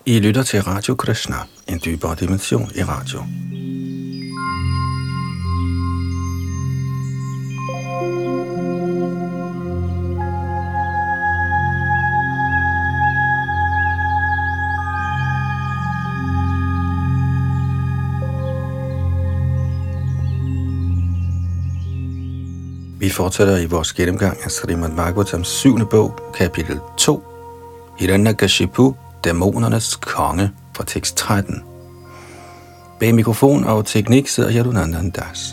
I lytter til Radio Krishna, en dybere dimension i radio. Vi fortsætter i vores gennemgang af Srimad Bhagavatams 7. bog, kapitel 2, Hiranyakashipu, dæmonernes konge, fra tekst 13. Bag mikrofon og teknik sidder Yadunandan Das.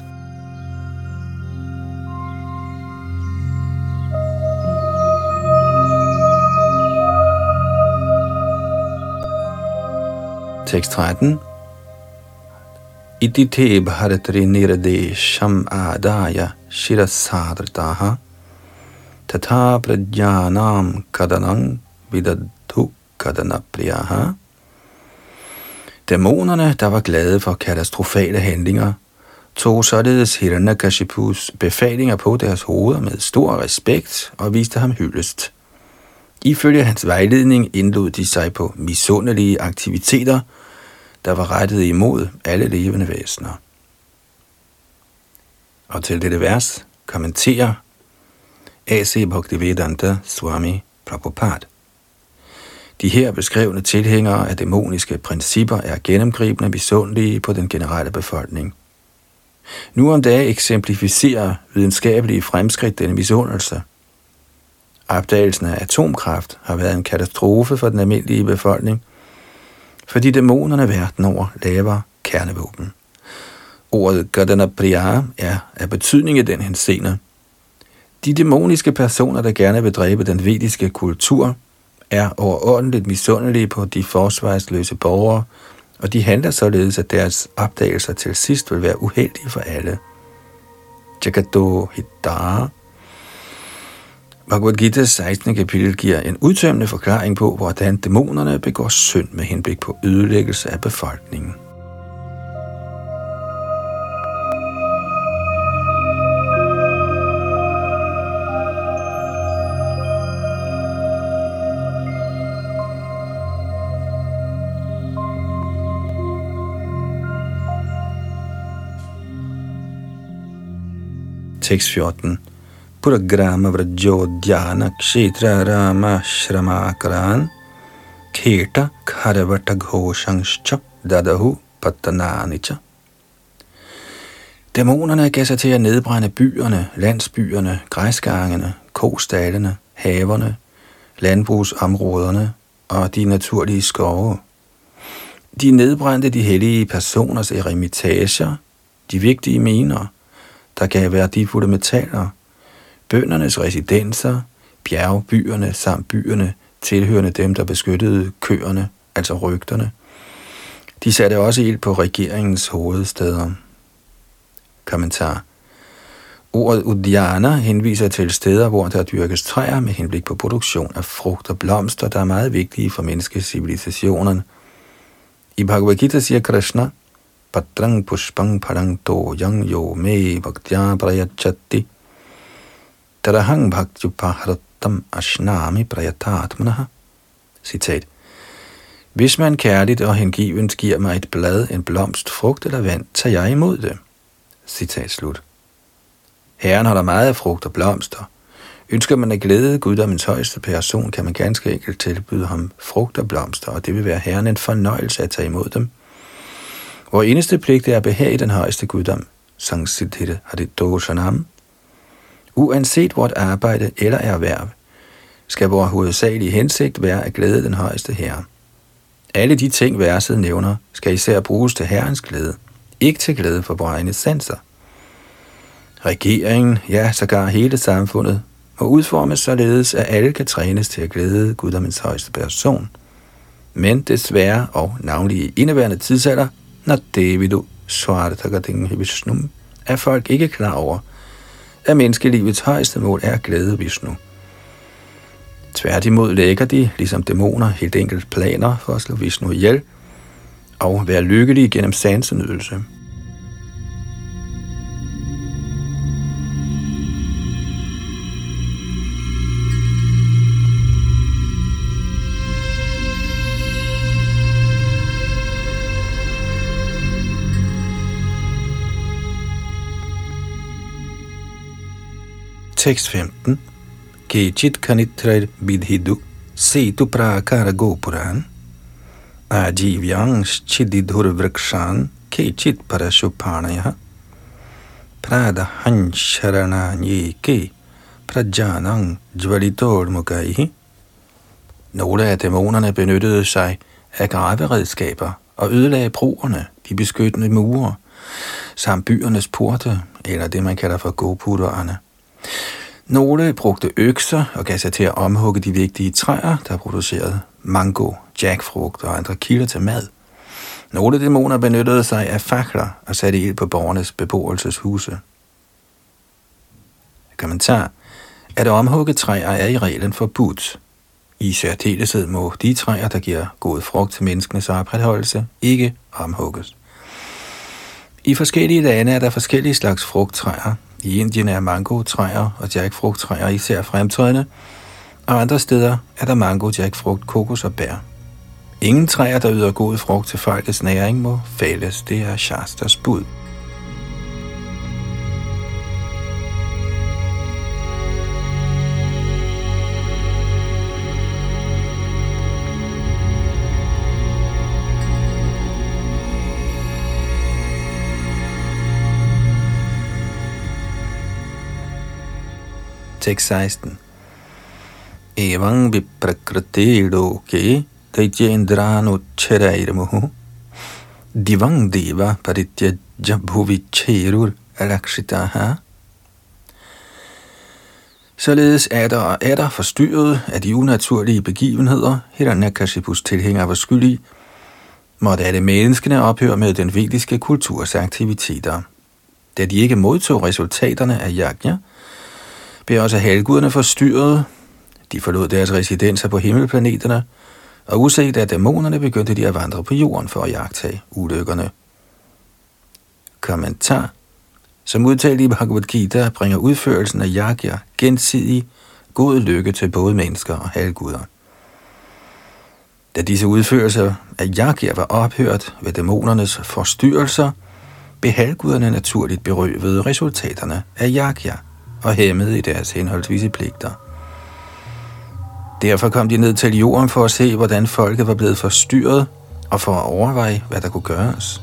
Tekst 13. Idite bharatri niradesham adaya shirasadritaha tata prajnanam kadanang vidadhu kadanapriyaha. Dæmonerne, der var glade for katastrofale handlinger, tog således Hiranyakashipus befalinger på deres hoveder med stor respekt og viste ham hyldest. Ifølge hans vejledning indlod de sig på misundelige aktiviteter, der var rettet imod alle levende væsener. Og til dette vers kommenterer A.C. Bhaktivedanta Swami Prabhupada. De her beskrevne tilhængere af dæmoniske principper er gennemgribende misundelige på den generelle befolkning. Nu om dagen eksemplificerer videnskabelige fremskridt denne misundelse. Opdagelsen af atomkraft har været en katastrofe for den almindelige befolkning, fordi dæmonerne verden over laver kernevåben. Ordet Gadanapriya er af betydning i den henseende. De dæmoniske personer, der gerne vil dræbe den vediske kultur, er overordentligt misundelige på de forsvarsløse borgere, og de handler således, at deres opdagelser til sidst vil være uheldige for alle. Jagato Hidara. Bhagavad Gita's 16. kapitel giver en udtømmende forklaring på, hvordan dæmonerne begår synd med henblik på ødelæggelse af befolkningen. Tekst 14. Puragrama vrajodhyana kshetra rama shramakaran kheta kharavata ghoshangscha dadahu patananicha. Dæmonerne gav sig til at nedbrænde byerne, landsbyerne, græsgangene, kostallene, haverne, landbrugsområderne og de naturlige skove. De nedbrændte de hellige personers eremitager, de vigtige miner, der gav værdifulde metaller, bøndernes residenser, bjergbyerne samt byerne, tilhørende dem, der beskyttede køerne, altså rygterne. De satte også ild på regeringens hovedsteder. Kommentar. Ordet Udyana henviser til steder, hvor der dyrkes træer med henblik på produktion af frugt og blomster, der er meget vigtige for menneskecivilisationen. I Bhagavad Gita siger Krishna, Patrang pushpang parang to yang yo me bhaktya prayachati tarahang bhaktupaharatam ashnami prayatatmanaha. Citat. Hvis man kærligt og hengivent giver mig et blad, en blomst, frugt eller vand, tager jeg imod det. Citat slut. Herren holder meget af frugt og blomster. Ønsker man at glæde guddommens højeste person, kan man ganske enkelt tilbyde ham frugt og blomster, og det vil være Herren en fornøjelse at tage imod dem. Vor eneste pligt er at behage den højeste guddom, Sangsiddhite Hadidoshanam. Uanset vort arbejde eller erhverv, skal vores hovedsagelige hensigt være at glæde den højeste herre. Alle de ting, verset nævner, skal især bruges til herrens glæde, ikke til glæde for vores egne sanser. Regeringen, ja sågar hele samfundet, må udformes således, at alle kan trænes til at glæde guddommens højeste person. Men desværre, og navnlig i indeværende tidsalder, når Devidu Svartagating Vishnum, er folk ikke klar over, at menneskelivets højeste mål er at glæde Vishnu. Tværtimod lægger de, ligesom dæmoner, helt enkelt planer for at slå Vishnu ihjel og være lykkelige gennem sansenydelse. Tekst 15. Kechit kanitrar bidhidu setu prakara gopuran ajivyang chididhur vrikshan kechit parashupanaya pradahan sharananyeke prajanang jvalitolmukaihi. Nogle af dæmonerne benyttede sig af graveredskaber og ødelagde broerne, de beskyttende mure, samt byernes porte, eller det man kalder for gopurerne. Nogle brugte økser og gav sig til at omhugge de vigtige træer, der producerede mango, jackfrugt og andre kilder til mad. Nogle dæmoner benyttede sig af fakler og satte ild på borgernes beboelseshuse. Kommentar. At omhugge træer er i reglen forbudt. I særdeleshed må de træer, der giver god frugt til menneskenes opretholdelse, ikke omhugges. I forskellige lande er der forskellige slags frugttræer. I Indien er mangotræer og jackfrugttræer især fremtrædende, og andre steder er der mango, jackfrugt, kokos og bær. Ingen træer, der yder god frugt til folkets næring, må fældes. Det er Shastras bud. Tekst 16. Evang viprakriti loke daijendrano cherairamuhu divang deva parityaja bhuvicherur alakshitaha. Således er der forstyrret af de unaturlige begivenheder, Hiranyakashipus tilhængere var skyldige, måtte alle menneskene ophøre med den vediske kulturs aktiviteter. Da de ikke modtog resultaterne af yajna, blev også halvguderne forstyrret. De forlod deres residenser på himmelplaneterne, og uset af dæmonerne begyndte de at vandre på jorden for at jagtage ulykkerne. Kommentar. Som udtalt i Bhagavad Gita bringer udførelsen af yajna gensidig god lykke til både mennesker og halvguder. Da disse udførelser af yajna var ophørt ved dæmonernes forstyrrelser, blev halvguderne naturligt berøvet resultaterne af yajna og hæmmede i deres henholdsvise pligter. Derfor kom de ned til jorden for at se, hvordan folket var blevet forstyrret, og for at overveje, hvad der kunne gøres.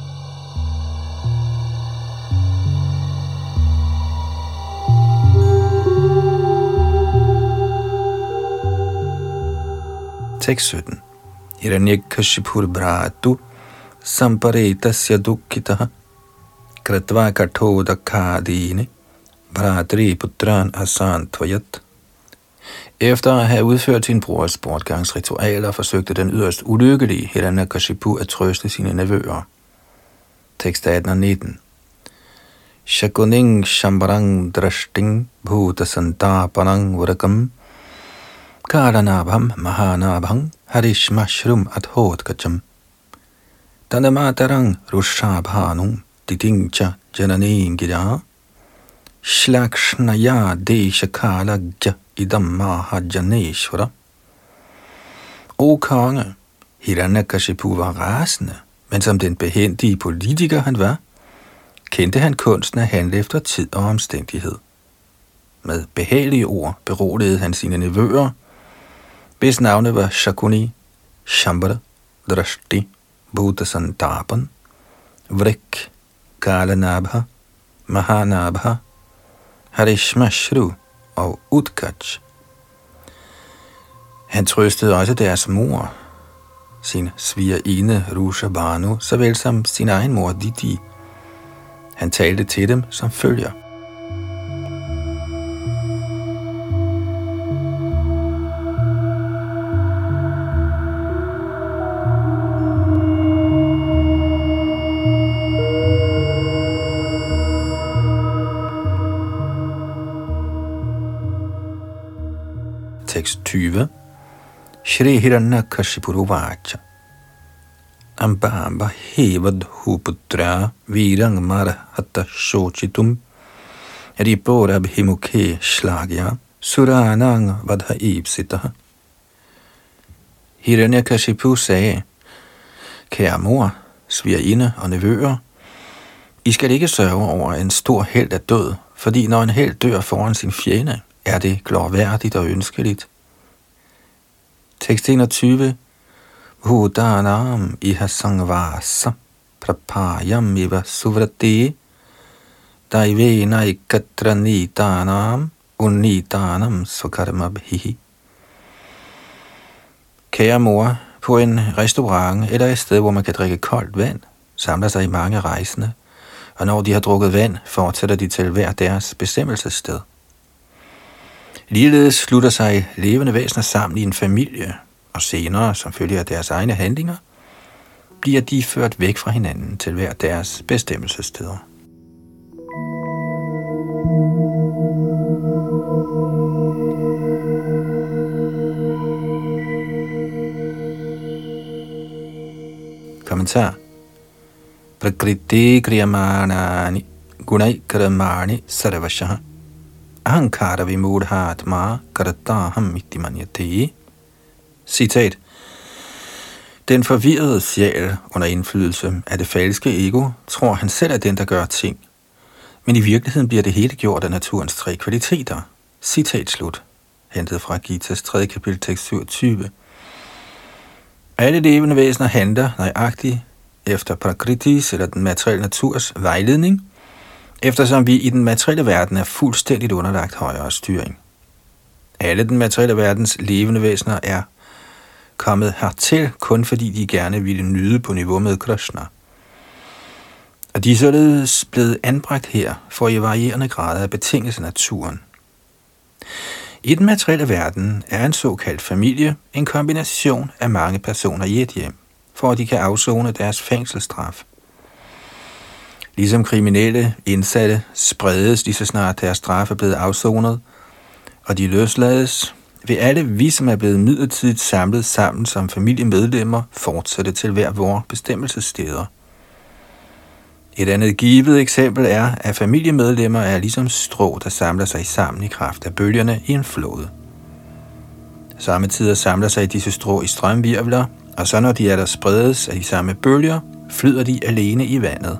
Tekst 17. Hiranyakashipur bratu samparetasya dukkitaha kratva kathodakadine Bhradri putran asantvayat. Efter at have udført sin brors bortgangsritualer, forsøgte den yderst ulykkelige Hiranyakashipu at trøste sine nevøer. Tekst 18 og 19. Shakuning shambarang drashting bhutasantapanang vrakam karanabham mahanabhang harishmashrum adhodkacham tanamatarang rushabhanum didingcha jananingidya Shlakshnaya deshakalagya idam mahajaneshvara. O konge, Hiranyakashipu var rasende, men som den behændige politiker han var, kendte han kunsten at handle efter tid og omstændighed. Med behagelige ord beroligede han sine nevøer, hvis navne var Shakuni, Shambara, Drashti, Bhutasantapan, Vrik, Kalanabha, Mahanabha, Harishmashru og Utkach. Han trøstede også deres mor, sin svigerinde Rushabhanu, såvel som sin egen mor Didi. Han talte til dem som følger. Tekst 20. Shri Hiranyakashipu uvacha Ambamba hevadhuputra virang marhata shochitum riporabhimukhe shlagya suranang vadha ipsitaha. Hiranyakashipu sagde: Kære mor, svigerinde og nevøer, I skal ikke sørge over, en stor helt er død, fordi når en helt dør foran sin fjende, er det glorværdigt og ønskeligt. Tekst 21. Bhudanam iha sangvasa prapayam iva suvrati daivena ikatra nidanam unidanam svakarmabhihi. Kære mor, på en restaurant eller et sted, hvor man kan drikke koldt vand, samler sig i mange rejsende, og når de har drukket vand, fortsætter de til hver deres bestemmelsessted. Ligeledes slutter sig levende væsener sammen i en familie, og senere, som følge af deres egne handlinger, bliver de ført væk fra hinanden til hver deres bestemmelsessteder. Kommentar. Prakriti kriyamanani gunai karamani sarvashaha ahankara vimudhatma karataham itimanyate. Citat. Den forvirrede sjæl under indflydelse af det falske ego tror han selv er den, der gør ting. Men i virkeligheden bliver det hele gjort af naturens tre kvaliteter. Citat slut. Hentet fra Gitas 3. kapitel tekst 27. Alle levende væsener handler nøjagtigt efter Prakritis eller den materielle naturs vejledning, eftersom vi i den materielle verden er fuldstændigt underlagt højere styring. Alle den materielle verdens levende væsener er kommet hertil, kun fordi de gerne ville nyde på niveau med Krishna. Og de er således blevet anbragt her for i varierende grader at betinge sig naturen. I den materielle verden er en såkaldt familie en kombination af mange personer i et hjem, for at de kan afsone deres fængselsstraf. Ligesom kriminelle indsatte spredes lige så snart deres straf er blevet afsonet, og de løslades, vil alle vi, som er blevet midlertidigt samlet sammen som familiemedlemmer, fortsætte til hver vores bestemmelsessteder. Et andet givet eksempel er, at familiemedlemmer er ligesom strå, der samler sig sammen i kraft af bølgerne i en flod. Samme tider samler sig disse strå i strømvirvler, og så når de er der spredes af de samme bølger, flyder de alene i vandet.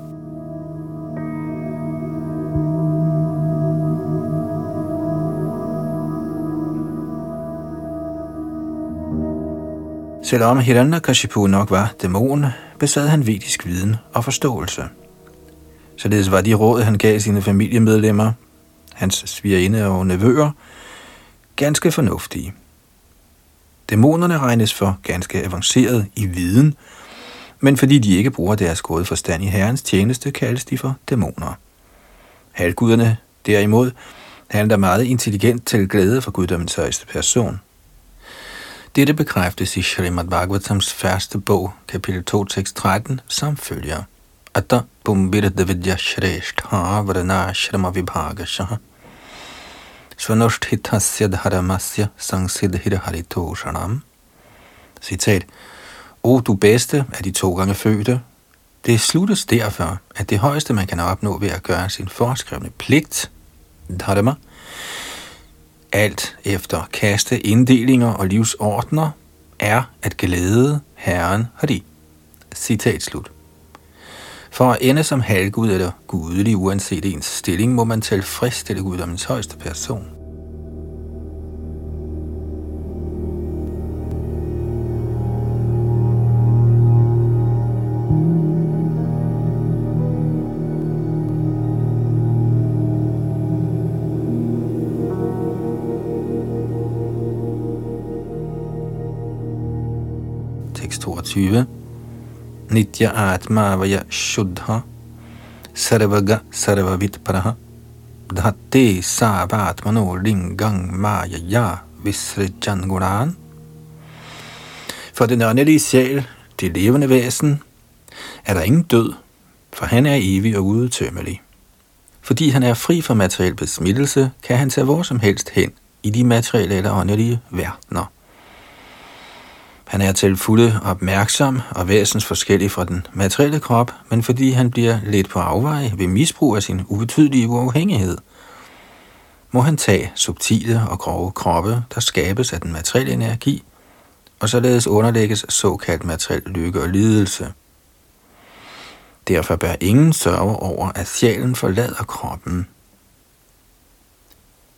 Selvom Hiranyakashipu nok var dæmon, besad han vedisk viden og forståelse. Således var de råd, han gav sine familiemedlemmer, hans svigerinde og nevøer, ganske fornuftige. Dæmonerne regnes for ganske avanceret i viden, men fordi de ikke bruger deres gode forstand i Herrens tjeneste, kaldes de for dæmoner. Halvguderne derimod handler meget intelligent til glæde for guddommens højeste person. Dette bekræftes i Srimad Bhagavatams første bog, kapitel 2, tekst 13, som følger. Atta pumbirda vidya shreshtha varanashrama vibhagashaha svanusthithasya dharamasya sangsiddhira haritoshanam. Citat. O du bedste af de 2 gange fødte, det sluttes derfor, at det højeste man kan opnå ved at gøre sin foreskrevne pligt, dharma, alt efter kaste inddelinger og livsordner, er at glæde Herren Hari. Citat slut. For at ende som halvgud eller gudelig, uanset ens stilling, må man tilfredsstille guddommens højeste person. Tekst 22. Nitya atma vaya shuddha sarvaga sarvavitparaha dhatte savatmano lingang maya ya visrijan gunan. For den åndelige sjæl, det levende væsen, er der ingen død, for han er evig og uudtømmelig. Fordi han er fri for materiel besmittelse, kan han tage hvor som helst hen i de materielle eller åndelige verdener. Han er til fulde opmærksom og væsens forskellig fra den materielle krop, men fordi han bliver lidt på afveje ved misbrug af sin ubetydelige uafhængighed, må han tage subtile og grove kroppe, der skabes af den materielle energi, og således underlægges såkaldt materiel lykke og lidelse. Derfor bør ingen sørge over, at sjælen forlader kroppen.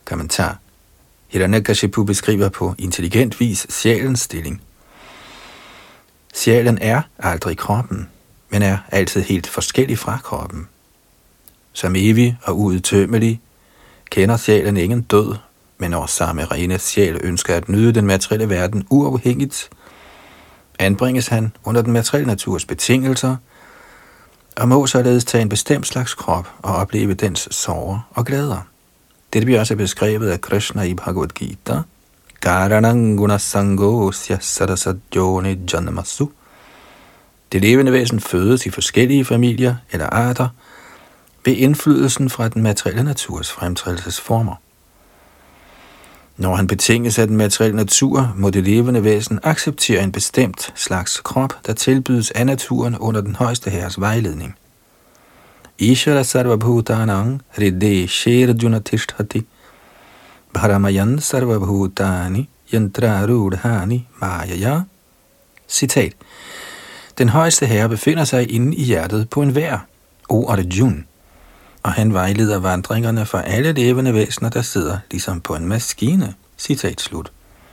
Kommentar. Hiranyakashipu beskriver på intelligent vis sjælens stilling. Sjælen er aldrig kroppen, men er altid helt forskellig fra kroppen. Som evig og uudtømmelig kender sjælen ingen død, men når samme rene sjæl ønsker at nyde den materielle verden uafhængigt, anbringes han under den materielle naturs betingelser, og må således tage en bestemt slags krop og opleve dens sorger og glæder. Dette bliver også beskrevet af Krishna i Bhagavad Gita. Karanang gunasangosya sarasajone janamasu. Det levende væsen fødes i forskellige familier eller arter ved indflydelsen fra den materielle naturs fremtrædelsesformer. Når han betinges af den materielle natur, må det levende væsen acceptere en bestemt slags krop, der tilbydes af naturen under den højeste herres vejledning. Ishvara sarvabhutanang hridde sherjuna tishtati bharamayan sarvabhutani yantrarudhani mayaya. Citat. Den højeste herre befinder sig inde i hjertet på enhver, O Arjuna, og han vejleder vandringerne for alle levende væsener, der sidder ligesom på en maskine. Citat slut.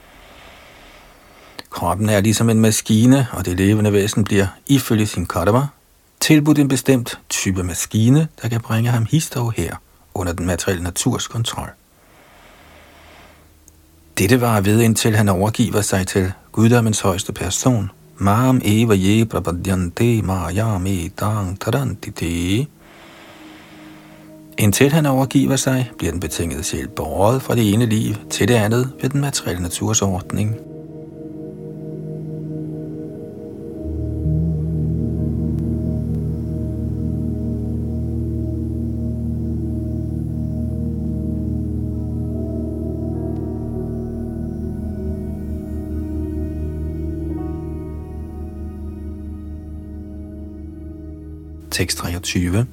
Kroppen er ligesom en maskine, og det levende væsen bliver ifølge sin karma tilbudt en bestemt type maskine, der kan bringe ham hist og her under den materielle naturs kontrol. Dette var ved indtil han overgiver sig til guddommens højeste person. Mam eva ye prapadyante mayame tang tarantite. Indtil han overgiver sig, bliver den betingede sjæl båret fra det ene liv til det andet ved den materielle naturs ordning. Tekst 23.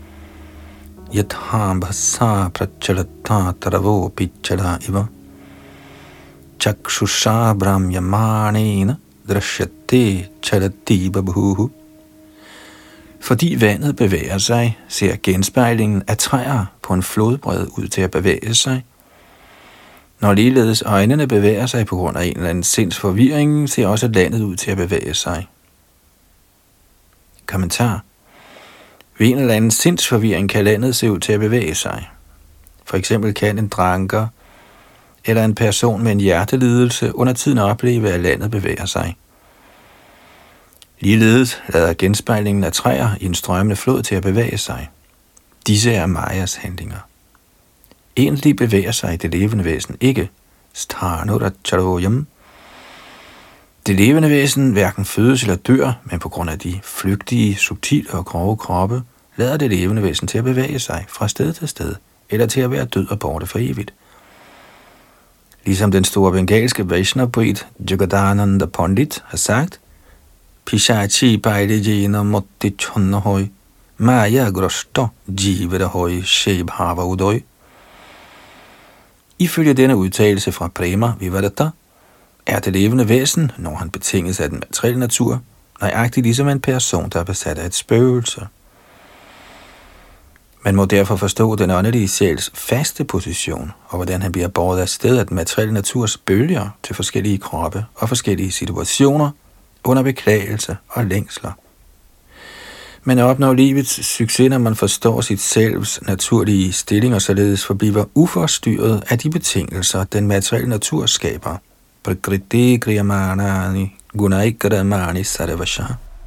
Yatham bhasa prachalata taravo pichara iva chakshusha brahmyamanena drashyate chalati babhuhu. Fordi vandet bevæger sig, ser genspejlingen af træer på en flodbred ud til at bevæge sig. Når ligeledes øjnene bevæger sig på grund af en eller anden sindsforvirring, ser også landet ud til at bevæge sig. Kommentar. Ved en eller anden sindsforvirring kan landet se ud til at bevæge sig. For eksempel kan en dranker eller en person med en hjertelidelse under tiden opleve, at landet bevæger sig. Ligeledes lader genspejlingen af træer i en strømmende flod til at bevæge sig. Disse er Majas handlinger. Egentlig bevæger sig det levende væsen ikke. Sthanuratcharoyam. Det levende væsen hverken fødes eller dør, men på grund af de flygtige, subtile og grove kroppe, lader det levende væsen til at bevæge sig fra sted til sted, eller til at være død og borte for evigt. Ligesom den store bengalske Vaishnava-poet Jagadananda Pandit har sagt, Pishachi Bailejena Motti Chonnahoy, Maya Grosto Jivadahoy Shebhava Udoy. Ifølge denne udtalelse fra Prema Vivadatta, er det levende væsen, når han betinges af den materielle natur, nøjagtigt ligesom en person, der er besat af et spøgelse. Man må derfor forstå den åndelige sjæls faste position, og hvordan han bliver båret af sted af den materielle naturs bølger til forskellige kroppe og forskellige situationer under beklagelse og længsler. Man opnår livets succes, når man forstår sit selvs naturlige stilling og således forbliver uforstyrret af de betingelser, den materielle natur skaber. Prakriti kriyamanani gunaikramani sarvasha.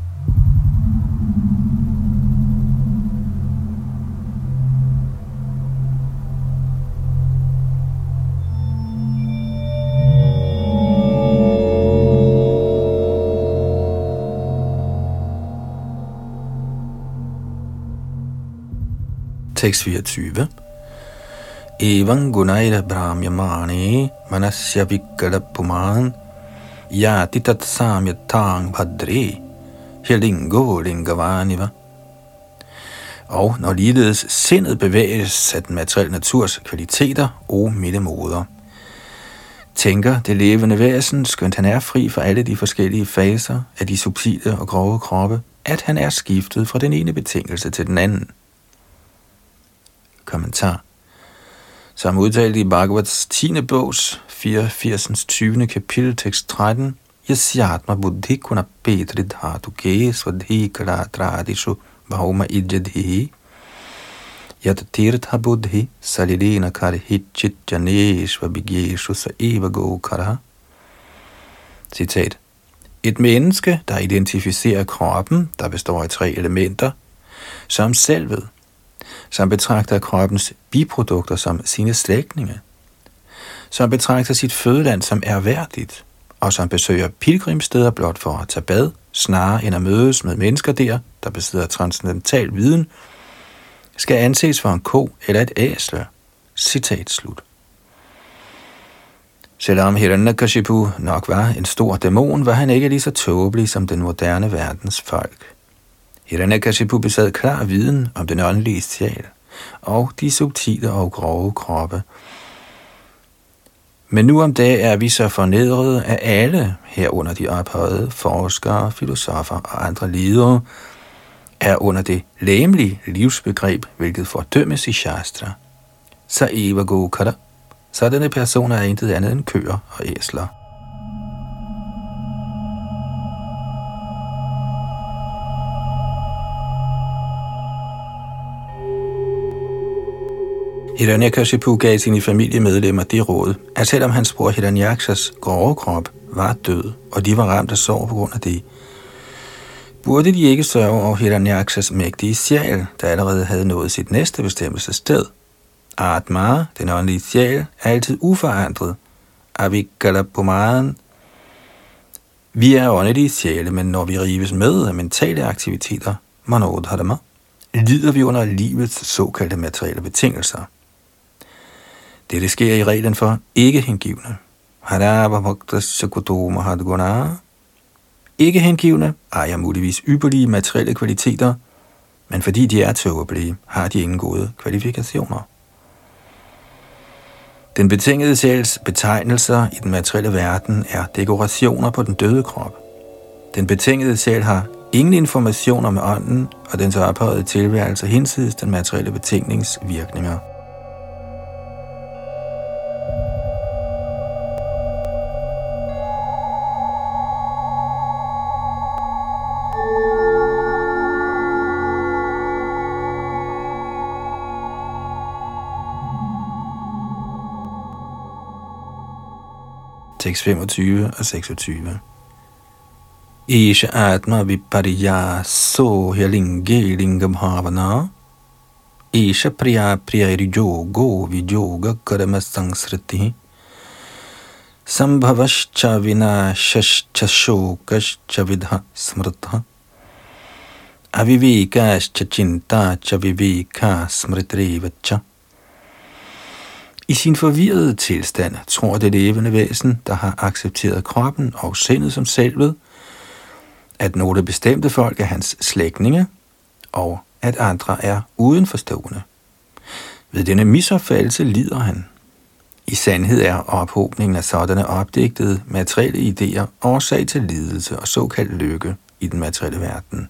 Tekst 24. Evang gunaira brahmyamane manasya vikarapuman yati tat samyatang bhadre hilingo lingavaniva. Og når ligeledes sindet bevæges af den materielle naturs kvaliteter og middelmoder, tænker det levende væsen, skønt han er fri for alle de forskellige faser af de subtile og grove kroppe, at han er skiftet fra den ene betingelse til den anden. Kommentar. som udtalt i Bhagavats 10. bogs 84. 20. kapitel, tekst 13, Yasyatma buddhi kuna petri dhatu ke svadhi kalatradishu bhauma ijadhi yat tirtha buddhi salirena karhichit janeshva bigeshu sa eva go kara. Citat. Et menneske, der identificerer kroppen, der består af 3 elementer, som selvet, som betragter kroppens biprodukter som sine slægtninge, som betragter sit fødeland som erhverdigt, og som besøger pilgrimssteder blot for at tage bad, snarere end at mødes med mennesker der besidder transcendental viden, skal anses for en ko eller et æsler. Citat slut. Selvom Hiranyakashipu nok var en stor dæmon, var han ikke lige så tåbelig som den moderne verdens folk. Hiranyakashipu besad klar viden om den åndelige sjæl og de subtile og grove kroppe. Men nu om dagen er vi så fornedrede af alle, herunder de ophøjede forskere, filosofer og andre ledere, er under det legemlige livsbegreb, hvilket fordømmes i Shastra. Så eva gokara. Sådanne personer er intet andet end køer og æsler. Hiranyakashipu gav sine familiemedlemmer det råd, at selvom hans bror Hiranyakshas grove krop var død, og de var ramt af sorg på grund af det, burde de ikke sørge over Hiranyakshas mægtige sjæl, der allerede havde nået sit næste bestemmelsessted. Atma, den åndelige sjæl, er altid uforandret. Avikalapumaden. Vi er åndelige sjæle, men når vi rives med af mentale aktiviteter, manodharma, lider vi under livets såkaldte materielle betingelser. Dette sker i reglen for ikke-hengivne. Ikke-hengivne ejer muligvis ypperlige materielle kvaliteter, men fordi de er tåbelige, har de ingen gode kvalifikationer. Den betingede sjæls betegnelser i den materielle verden er dekorationer på den døde krop. Den betingede sjæl har ingen information om ånden og dens ophøjede tilværelse hinsides den materielle betingningsvirkninger. Tekst 25 og 26. Isha atma viparyaso hyalinge lingam bhavana Isha priya priyayogo viyoga karma sangsriti Sambhavascha vinashascha shokascha vidha smrtha Avivekascha chintacha viveka smritrivacha. I sin forvirrede tilstand tror det levende væsen, der har accepteret kroppen og sindet som selvet, at nogle bestemte folk er hans slægtninge, og at andre er udenforstående. Ved denne misopfattelse lider han. I sandhed er ophobningen af sådanne opdigtede materielle idéer årsag til lidelse og såkaldt lykke i den materielle verden.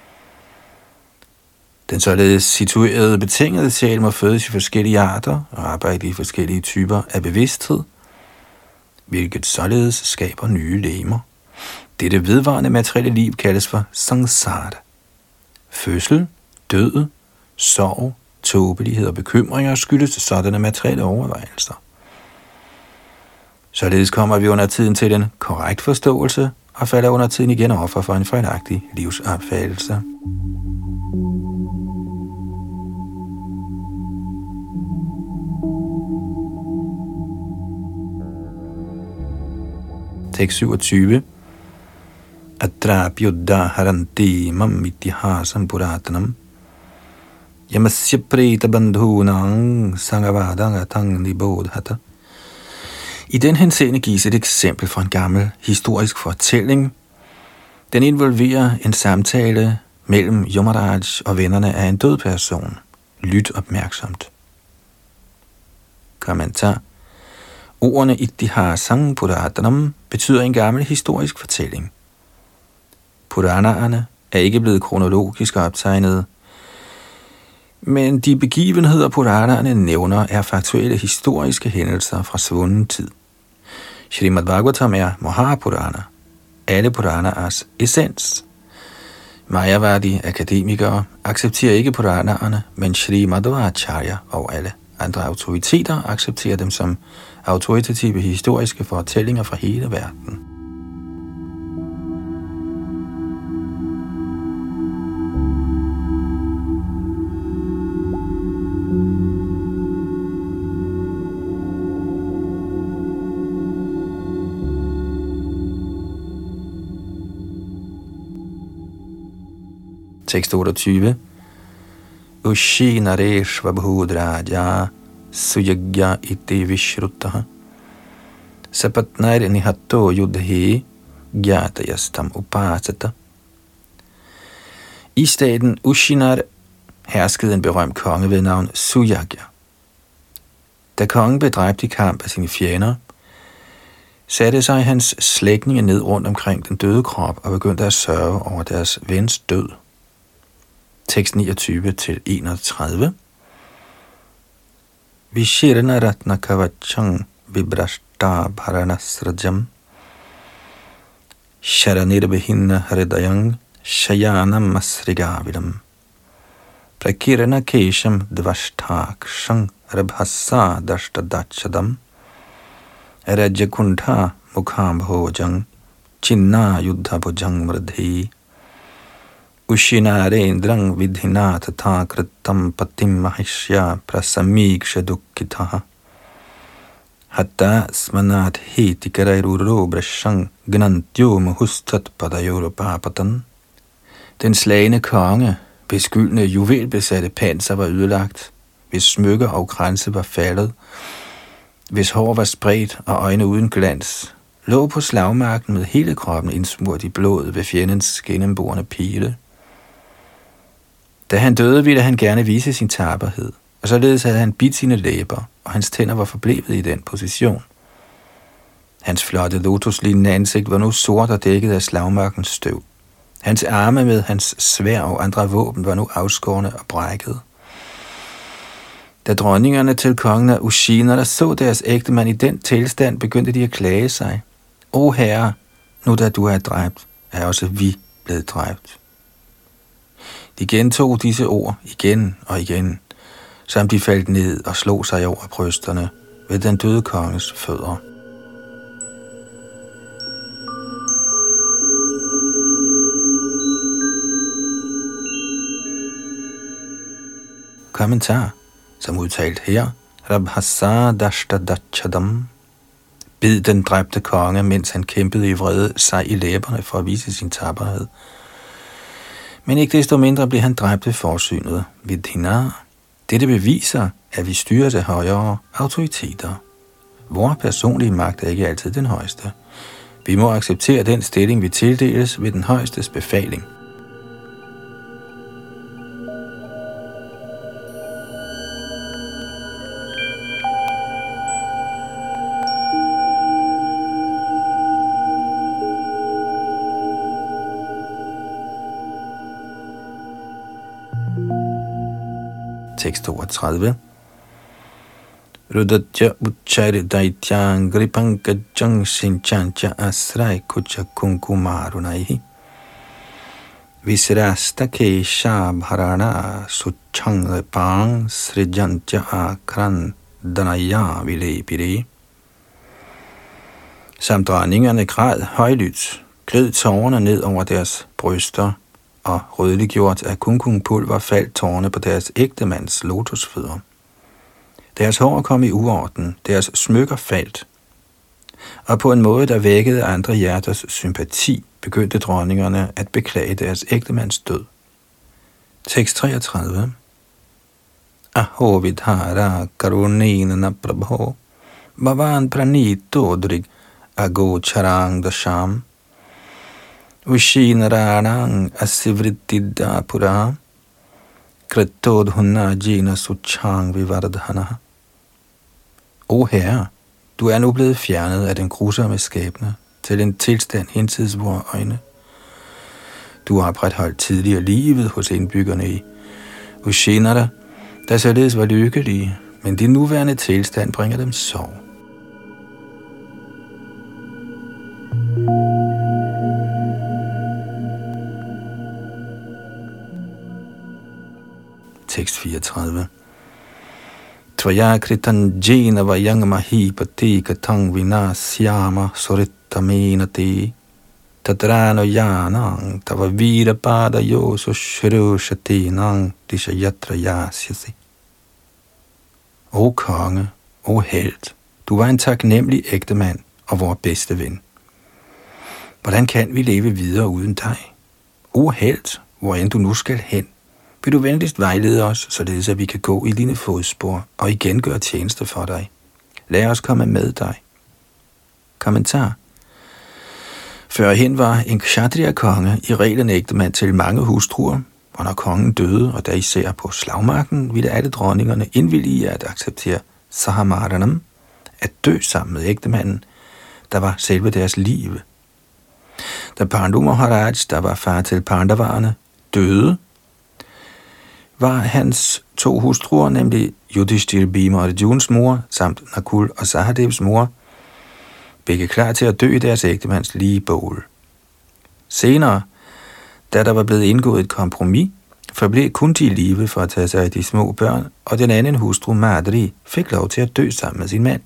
Den således situerede betingede sjæl må fødes i forskellige arter og arbejde i forskellige typer af bevidsthed, hvilket således skaber nye legemer. Dette vedvarende materielle liv kaldes for samsara. Fødsel, død, sorg, tåbelighed og bekymringer skyldes sådanne materielle overvejelser. Således kommer vi under tiden til en korrekt forståelse og falder under tiden igen offer for en fejlagtig livsopfattelse. Tekst 27. Atrapyuddha haranti mam itihasam puratanam yamasya preta bandhunang sangavadangatang nibodhata. I den henseende gives et eksempel fra en gammel historisk fortælling. Den involverer en samtale mellem Yamaraj og vennerne af en død person. Lyt opmærksomt. Kommentar. Ordene Itihasam Puratanam betyder en gammel historisk fortælling. Puranaerne er ikke blevet kronologisk optegnet, Men de begivenheder, Puranerne nævner, er faktuelle historiske hændelser fra svunden tid. Srimad Bhagavatam er Mahapurana, alle Puranaers essens. Mayavadi akademikere accepterer ikke Puranerne, men Shri Madhvacharya og alle andre autoriteter accepterer dem som autoritative historiske fortællinger fra hele verden. Tekst 28. Ushi nareshva bhudraja suyagya iti vishruttaha sapatnair nihatto yudhi gyatayastam upasata. I staten Ushinar herskede en berømt konge ved navn Suyagya. Da kongen blev dræbt i kamp af sine fjender, satte sig hans slægtninge ned rundt omkring den døde krop og begyndte at sørge over deres vens død. Tekst 29-31. Vishirna ratna kavachang vibrashta bharanasrajam sharanirvihinna hridayang shayanam asrigavidam prakirana kesham dvashtakshang rabhasa dashtadachadam rajakundha mukhambhojang chinna yuddha bhujang mradhi Ushinarendrang vidhina tatha kritam patim mahishya prasamiksha dukkitaha hatta smanat hetikariruro brashang gnantyo muhustat padayurupapatan. Den slagne konge, hvis gyldne juvelbesatte panser var ødelagt, hvis smykker og kranse var faldet, hvis hår var spredt og øjne uden glans, lå på slagmarken med hele kroppen indsmurt i blod ved fjendens gennemborende pile. Da han døde, ville han gerne vise sin tapperhed, og således havde han bidt sine læber, og hans tænder var forblevet i den position. Hans flotte lotuslignende ansigt var nu sort og dækket af slagmarkens støv. Hans arme med hans sværd og andre våben var nu afskårne og brækket. Da dronningerne til kongen af Ushina, der så deres ægtemand i den tilstand, begyndte de at klage sig. O herre, nu da du er dræbt, er også vi blevet dræbt. De gentog disse ord igen og igen, som de faldt ned og slog sig over brysterne ved den døde konges fødder. Kommentar, som udtalt her, Rabhasa dashtadachadam, bid den dræbte konge, mens han kæmpede i vrede, sig i læberne for at vise sin tapperhed. Men ikke desto mindre blev han dræbt ved forsynet vidhina. Dette beviser, at vi styrer til højere autoriteter. Vor personlige magt er ikke altid den højeste. Vi må acceptere den stilling, vi tildeles ved den højestes befaling. Tekst 32. Rudatya uchari daityang gripankajang sinchantya asrai kucha kunkumarunaihi visrasta kesha bharana suchang repang srijantya akran danaya vilepire. Som dronningerne græd højlydt, gled tårerne ned over deres bryster, og rødliggjort af kunkungpulver faldt tårne på deres ægtemands lotusfødder. Deres hår kom i uorden, deres smykker faldt, og på en måde, der vækkede andre hjerters sympati, begyndte dronningerne at beklage deres ægtemands død. Tekst 33. Aho vidhara karunena prabho bhavan pranito drig ago charang dasham Ushinarang asivrittida pura kritodhunna jina suchang vivardhana. O herre, du er nu blevet fjernet af den grusomme skæbne til en tilstand hinsides vore øjne. Du har opretholdt tidligere livet hos indbyggerne i Ushinara der således var lykkelige, men din nuværende tilstand bringer dem sorg. Tekst 34. Tvaya kritan jena vayang mahipati katang vinasyama sorittamenati tadrano yanang tava vira pada yoso shrushati nang dishayatra yasyasi. O konge, o helt, du var en taknemmelig ægtemand og vores bedste ven. Hvordan kan vi leve videre uden dig? O helt, hvor end du nu skal hen, vil du venligst vejlede os, således at vi kan gå i dine fodspor og igen gøre tjeneste for dig. Lad os komme med dig. Kommentar. Førhen var en kshatriya-konge i reglen ægtemand til mange hustruer, og når kongen døde, og der især på slagmarken, ville alle dronningerne indvillige at acceptere sahamaranam, at dø sammen med ægtemanden, der var selve deres liv. Da Pandu Maharaj, der var far til Pandavarerne, døde, var hans 2 hustruer, nemlig Yudhishthir, Bhima og Arjuns mor, samt Nakul og Sahadevs mor, begge klar til at dø i deres ægtemands ligebål. Senere, da der var blevet indgået et kompromis, forblev kun de i live for at tage sig af de små børn, og den anden hustru, Madri, fik lov til at dø sammen med sin mand.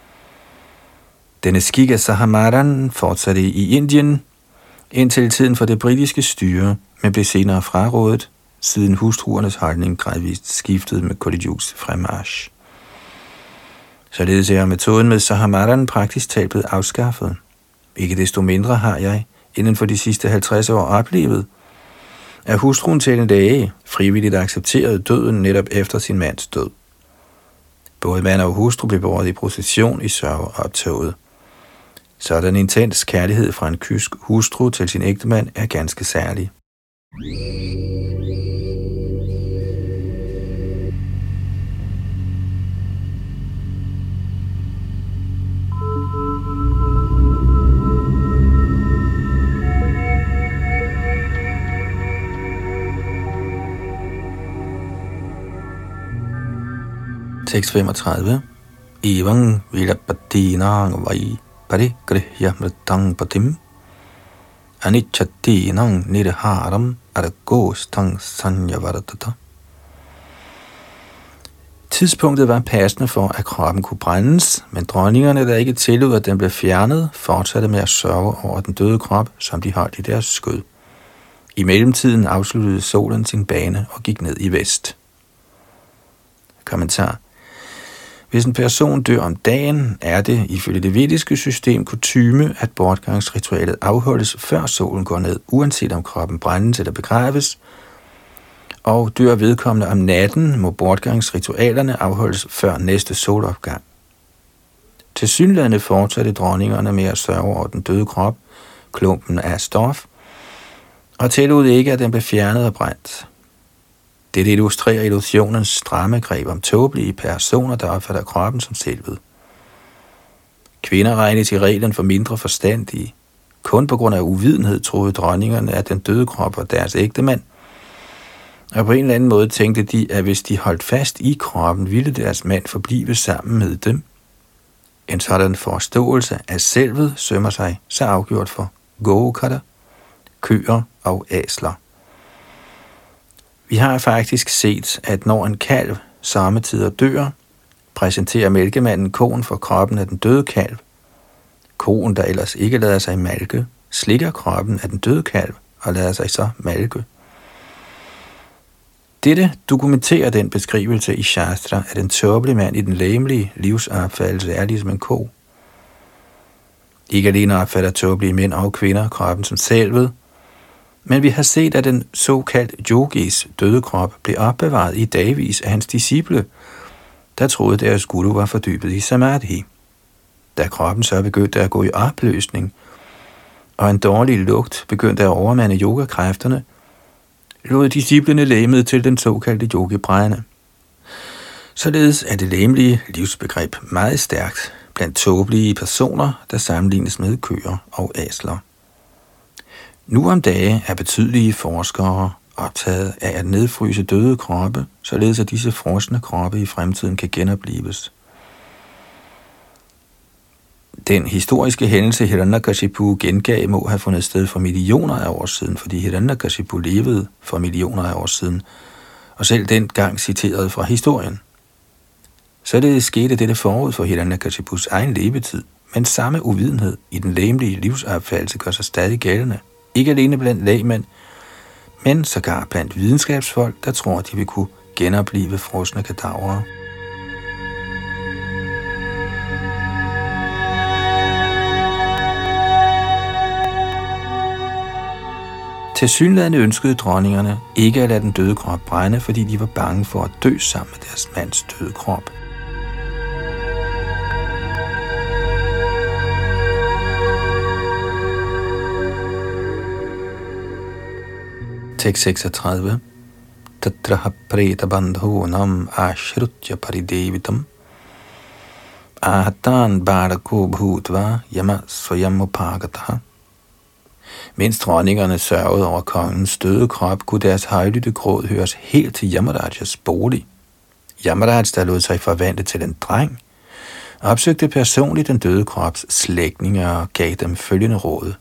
Denne skik af Sahamaran fortsatte i Indien, indtil tiden for det britiske styre, men blev senere frarådet, siden hustruernes holdning gradvist skiftede med Kali Yugs fremmarch. Således er metoden med Sahamaran praktisk talt blevet afskaffet. Ikke desto mindre har jeg, inden for de sidste 50 år, oplevet, at hustruen til en dag frivilligt accepterede døden netop efter sin mands død. Både mand og hustru blev båret i procession i sørgeoptoget. Sådan intens kærlighed fra en kysk hustru til sin ægtemand er ganske særlig. Tekst 35. Evang vilapatinang vai parigrihya mritang patim anichatinang nirharam argostang sanyavartata. Tidspunktet var passende for, at kroppen kunne brændes, men dronningerne, der ikke tillod, at den blev fjernet, fortsatte med at sørge over den døde krop, som de holdt i deres skød. I mellemtiden afsluttede solen sin bane og gik ned i vest. Kommentar. Hvis en person dør om dagen, er det ifølge det vediske system kutyme, at bortgangsritualet afholdes før solen går ned, uanset om kroppen brændes eller begraves, og dør vedkommende om natten, må bortgangsritualerne afholdes før næste solopgang. Tilsyneladende fortsatte dronningerne med at sørge over den døde krop, klumpen af stof, og tillod ikke, at den blev fjernet og brændt. Dette illustrerer illusionens stramme greb om tåbelige personer, der opfatter kroppen som selvet. Kvinder regnes i reglen for mindre forstandige. Kun på grund af uvidenhed troede dronningerne, at den døde krop var deres ægtemand, og på en eller anden måde tænkte de, at hvis de holdt fast i kroppen, ville deres mand forblive sammen med dem. En sådan forståelse af selvet sømmer sig så afgjort for gokatter, køer og æsler. Vi har faktisk set, at når en kalv sommetider dør, præsenterer mælkemanden koen for kroppen af den døde kalv. Koen, der ellers ikke lader sig malke, slikker kroppen af den døde kalv og lader sig så malke. Dette dokumenterer den beskrivelse i Shastra, at en tåbelig mand i den legemlige livsopfattelse er ligesom en ko. Ikke alene opfatter tåbelige mænd og kvinder kroppen som selvet, men vi har set, at den såkaldt yogis døde krop blev opbevaret i dagvis af hans disciple, der troede, deres guru var fordybet i samadhi. Da kroppen så begyndte at gå i opløsning, og en dårlig lugt begyndte at overmande yogakræfterne, lod disciplene legemet til den såkaldte yogi brænde. Således er det legemlige livsbegreb meget stærkt blandt tåbelige personer, der sammenlignes med køer og æsler. Nu om dage er betydelige forskere optaget af at nedfryse døde kroppe, således at disse frosne kroppe i fremtiden kan genoplives. Den historiske hændelse Hiranyakashipu gengav må have fundet sted for millioner af år siden, fordi Hiranyakashipu levede for millioner af år siden, og selv dengang citeret fra historien. Således skete dette forud for Hiranyakashipus egen levetid, men samme uvidenhed i den legemlige livsopfattelse gør sig stadig gældende, ikke alene blandt lægmænd, men sågar blandt videnskabsfolk, der tror, de vil kunne genoplive frosne kadavre. Tilsyneladende ønskede dronningerne ikke at lade den døde krop brænde, fordi de var bange for at dø sammen med deres mands døde krop. Tekst 36. Tatraha preta bandhonam ashrutya paridevitam ahatan bardako bhutva yama swayam upagataha. Mens dronningerne sørgede over kongens døde krop, kunne deres højlytte gråd høres helt til Yamarajas bolig. Yamaraj, der lod sig forvandle til en dreng, opsøgte personligt den døde krops slægtninge og gav dem følgende råd.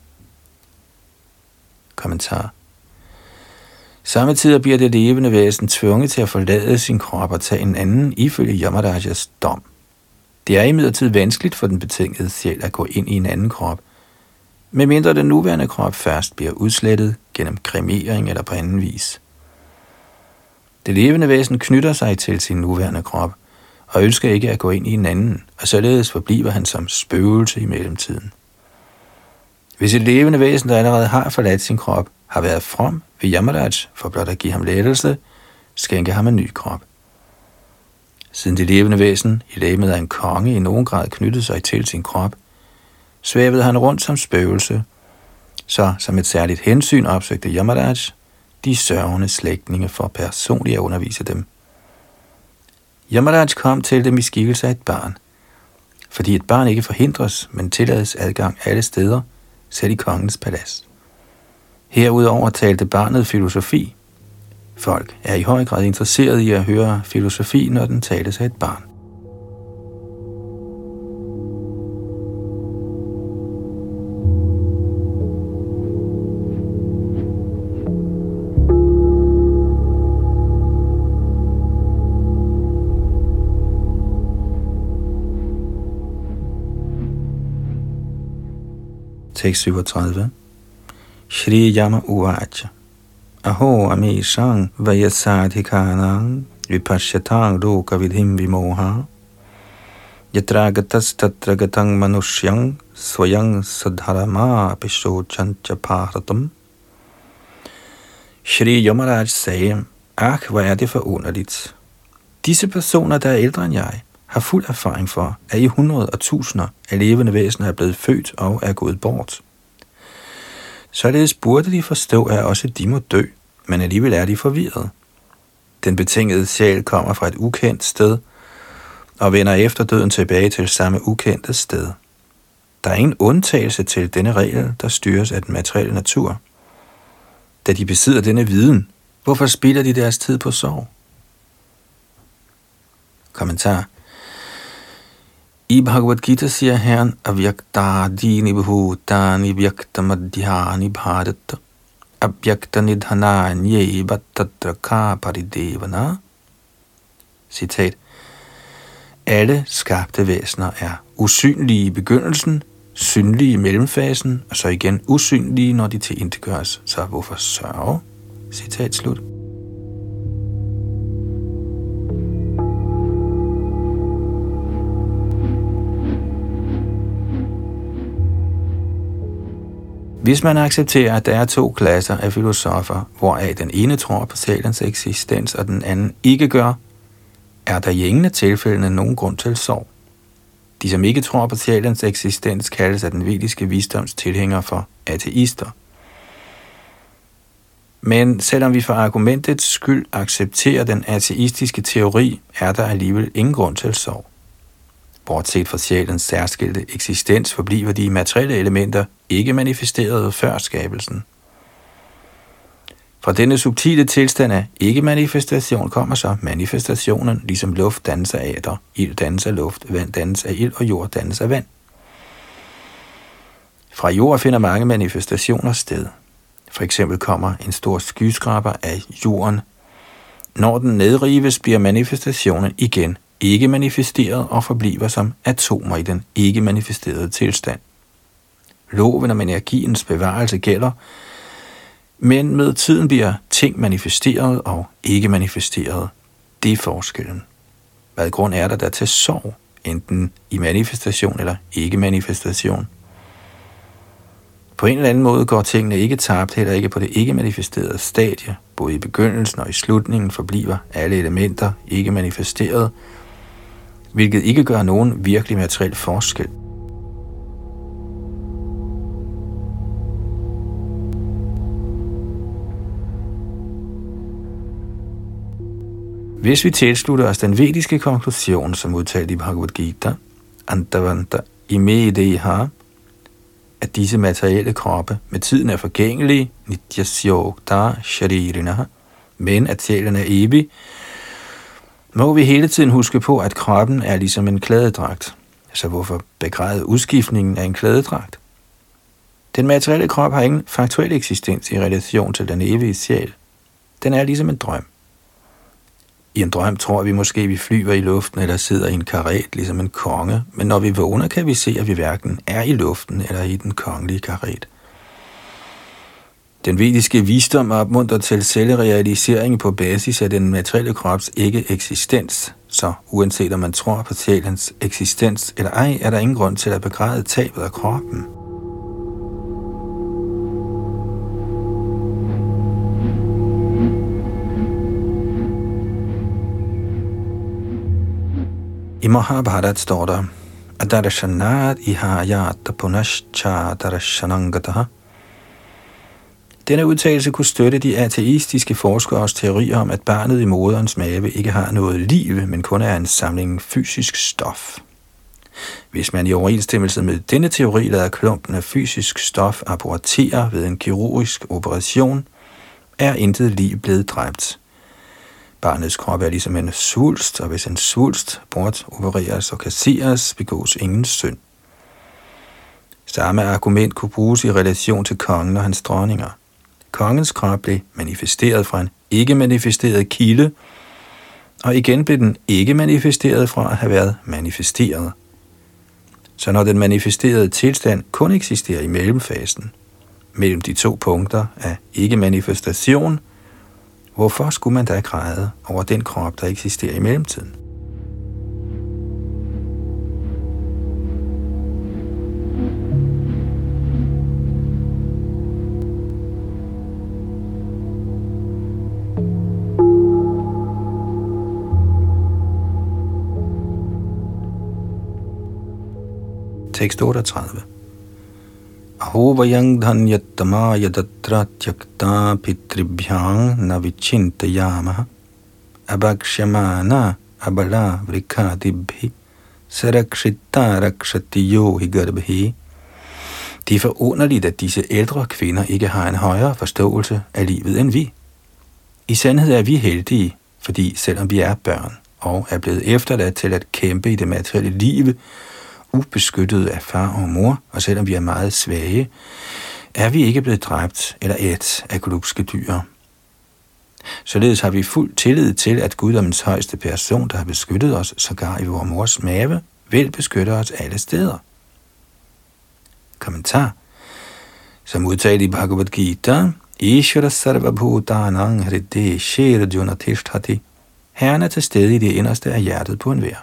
Kommentar. Samtidig bliver det levende væsen tvunget til at forlade sin krop og tage en anden ifølge Yamarajas dom. Det er imidlertid vanskeligt for den betingede sjæl at gå ind i en anden krop, medmindre den nuværende krop først bliver udslettet gennem kremering eller på anden vis. Det levende væsen knytter sig til sin nuværende krop og ønsker ikke at gå ind i en anden, og således forbliver han som spøgelse i mellemtiden. Hvis et levende væsen, der allerede har forladt sin krop, har været from ved Yamaraj for blot at give ham lettelse, skænke ham en ny krop. Siden det levende væsen i legemet af en konge i nogen grad knyttede sig til sin krop, svævede han rundt som spøgelse, så som et særligt hensyn opsøgte Yamaraj de sørgende slægtninge for personligt at undervise dem. Yamaraj kom til dem i skikkelse af et barn, fordi et barn ikke forhindres, men tillades adgang alle steder, selv i kongens palads. Herudover talte barnet filosofi. Folk er i høj grad interesseret i at høre filosofi, når den tales af et barn. Tekst 37. Shri Yama Uvacha Aho Amishang Vayasadhikanang Vipashyatang Loka Vidhim Vimoha Yatragatas Tatragatang Manushyang Swayang Sadharama Pishochancha Paratam. Shri Yamaraj sagde, hvor er det forunderligt. Disse personer, der er ældre end jeg, har fuld erfaring for, at i hundreder og tusinder af levende væsener er blevet født og er gået bort. Således burde de forstå, at også de må dø, men alligevel er de forvirret. Den betingede sjæl kommer fra et ukendt sted og vender efter døden tilbage til samme ukendte sted. Der er ingen undtagelse til denne regel, der styres af den materielle natur. Da de besidder denne viden, hvorfor spilder de deres tid på sorg? Kommentar. I Bhagavad Gita siger Herren, Avyaktadini bhutani vyaktamadhyani bharat avyaktanidhananye vattatrakha paridevana. Citat. Alle skabte væsener er usynlige i begyndelsen, synlige i mellemfasen, og så igen usynlige, når de tilintetgøres. Så hvorfor sørge? Citat slut. Hvis man accepterer, at der er to klasser af filosofer, hvoraf den ene tror på sjælens eksistens, og den anden ikke gør, er der i ingen af tilfældene nogen grund til sorg. De, som ikke tror på sjælens eksistens, kaldes af den vediske visdoms tilhængere for ateister. Men selvom vi for argumentets skyld accepterer den ateistiske teori, er der alligevel ingen grund til sorg. Bortset fra sjælens særskilte eksistens forbliver de materielle elementer ikke manifesteret før skabelsen. Fra denne subtile tilstand af ikke-manifestation kommer så manifestationen, ligesom luft dannes af æter, ild dannes af luft, vand dannes af ild og jord dannes af vand. Fra jord finder mange manifestationer sted. For eksempel kommer en stor skyskraber af jorden. Når den nedrives, bliver manifestationen igen ikke manifesteret og forbliver som atomer i den ikke manifesterede tilstand. Loven om energiens bevarelse gælder, men med tiden bliver ting manifesteret og ikke manifesteret. Det er forskellen. Hvad grund er der til sorg, enten i manifestation eller ikke manifestation? På en eller anden måde går tingene ikke tabt, heller ikke på det ikke manifesterede stadie. Både i begyndelsen og i slutningen forbliver alle elementer ikke manifesteret, hvilket ikke gør nogen virkelig materiel forskel. Hvis vi tilslutter os den vediske konklusion, som udtalt i Bhagavad Gita, Antavanta imedeha, at disse materielle kroppe med tiden er forgængelige, nityasyogta sharirinaha, men at sjælen er evig, må vi hele tiden huske på, at kroppen er ligesom en klædedragt. Så hvorfor begræde udskiftningen af en klædedragt? Den materielle krop har ingen faktuel eksistens i relation til den evige sjæl. Den er ligesom en drøm. I en drøm tror vi måske, vi flyver i luften eller sidder i en karet ligesom en konge, men når vi vågner, kan vi se, at vi hverken er i luften eller i den kongelige karet. Den vediske visdom opmuntrer til selvrealisering på basis af den materielle krops ikke-eksistens, så uanset om man tror på sjælens eksistens eller ej, er der ingen grund til at begræde tabet af kroppen. I Mahabharat står der, Adarshanat ihayata punascha darshanangataha. Denne udtalelse kunne støtte de ateistiske forskeres teorier om, at barnet i moderens mave ikke har noget liv, men kun er en samling fysisk stof. Hvis man i overensstemmelse med denne teori lader klumpen af fysisk stof abortere ved en kirurgisk operation, er intet liv blevet dræbt. Barnets krop er ligesom en svulst, og hvis en svulst bortopereres og kasseres, begås ingen synd. Samme argument kunne bruges i relation til kongen og hans dronninger. Kongens krop blev manifesteret fra en ikke-manifesteret kilde, og igen blev den ikke manifesteret fra at have været manifesteret. Så når den manifesterede tilstand kun eksisterer i mellemfasen, mellem de to punkter af ikke-manifestation, hvorfor skulle man da græde over den krop, der eksisterer i mellemtiden? Tekst 38. Ahovayang dhanyatama yadatra tyakta pitribhyang navichintayamaha abhakshamana abala vrikadibhi sarakshita rakshatiyo higarbhi. Det er forunderligt, at disse ældre kvinder ikke har en højere forståelse af livet end vi. I sandhed er vi heldige, fordi selvom vi er børn og er blevet efterladt til at kæmpe i det materielle liv, ubeskyttet af far og mor, og selvom vi er meget svage, er vi ikke blevet dræbt eller ædt af glupske dyr. Således har vi fuld tillid til, at Guddommens højeste person, der har beskyttet os, sågar i vores mors mave, vil beskytte os alle steder. Kommentar. Som udtalt i Bhagavad Gita, Ishvara sarvabhutanang hridhe sherjuna tishthati. Herren er til stede i det inderste af hjertet på enhver.